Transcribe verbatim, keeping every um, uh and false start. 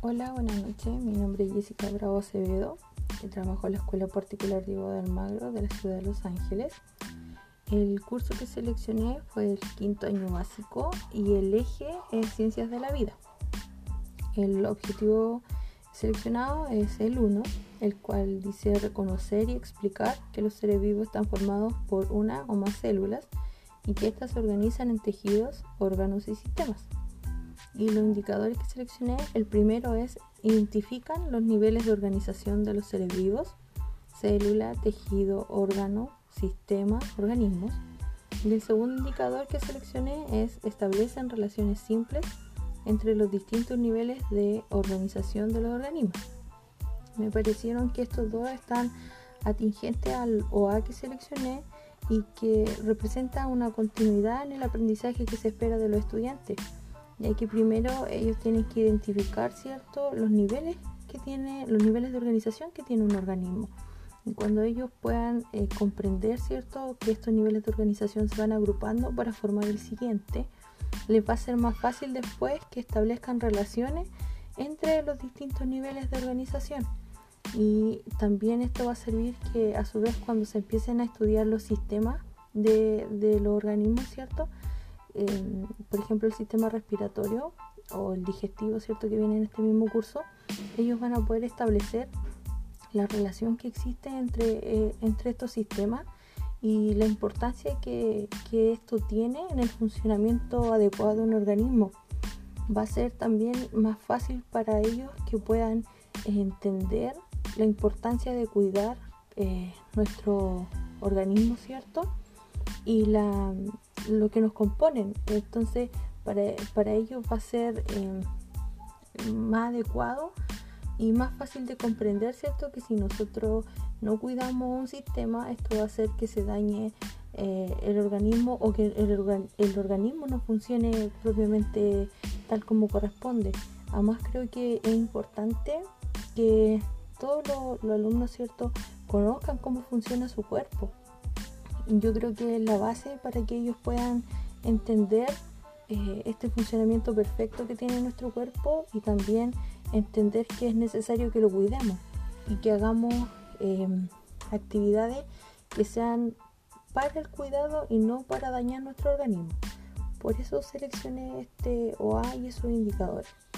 Hola, buenas noches. Mi nombre es Jessica Bravo Acevedo y trabajo en la Escuela Particular Diego de Almagro de la ciudad de Los Ángeles. El curso que seleccioné fue el quinto año básico y el eje es Ciencias de la Vida. El objetivo seleccionado es el uno, el cual dice reconocer y explicar que los seres vivos están formados por una o más células y que éstas se organizan en tejidos, órganos y sistemas. Y los indicadores que seleccioné, el primero es identifican los niveles de organización de los seres vivos, célula, tejido, órgano, sistema, organismos. Y el segundo indicador que seleccioné es establecen relaciones simples entre los distintos niveles de organización de los organismos. Me parecieron que estos dos están atingentes al O A que seleccioné y que representa una continuidad en el aprendizaje que se espera de los estudiantes, ya que primero ellos tienen que identificar, ¿cierto?, los niveles que tiene, los niveles de organización que tiene un organismo. Y cuando ellos puedan eh, comprender, ¿cierto?, que estos niveles de organización se van agrupando para formar el siguiente, les va a ser más fácil después que establezcan relaciones entre los distintos niveles de organización. Y también esto va a servir que a su vez cuando se empiecen a estudiar los sistemas de, de los organismos, ¿cierto?, Eh, por ejemplo el sistema respiratorio o el digestivo, ¿cierto?, que viene en este mismo curso, ellos van a poder establecer la relación que existe entre, eh, entre estos sistemas y la importancia que, que esto tiene en el funcionamiento adecuado de un organismo. Va a ser también más fácil para ellos que puedan eh, entender la importancia de cuidar eh, nuestro organismo, ¿cierto?, y la, lo que nos componen. Entonces para, para ellos va a ser eh, más adecuado y más fácil de comprender, ¿cierto?, que si nosotros no cuidamos un sistema, esto va a hacer que se dañe eh, el organismo o que el, organ, el organismo no funcione propiamente tal como corresponde. Además creo que es importante que todos los, los alumnos, ¿cierto?, conozcan cómo funciona su cuerpo. Yo creo que es la base para que ellos puedan entender eh, este funcionamiento perfecto que tiene nuestro cuerpo y también entender que es necesario que lo cuidemos y que hagamos eh, actividades que sean para el cuidado y no para dañar nuestro organismo. Por eso seleccioné este O A y esos indicadores.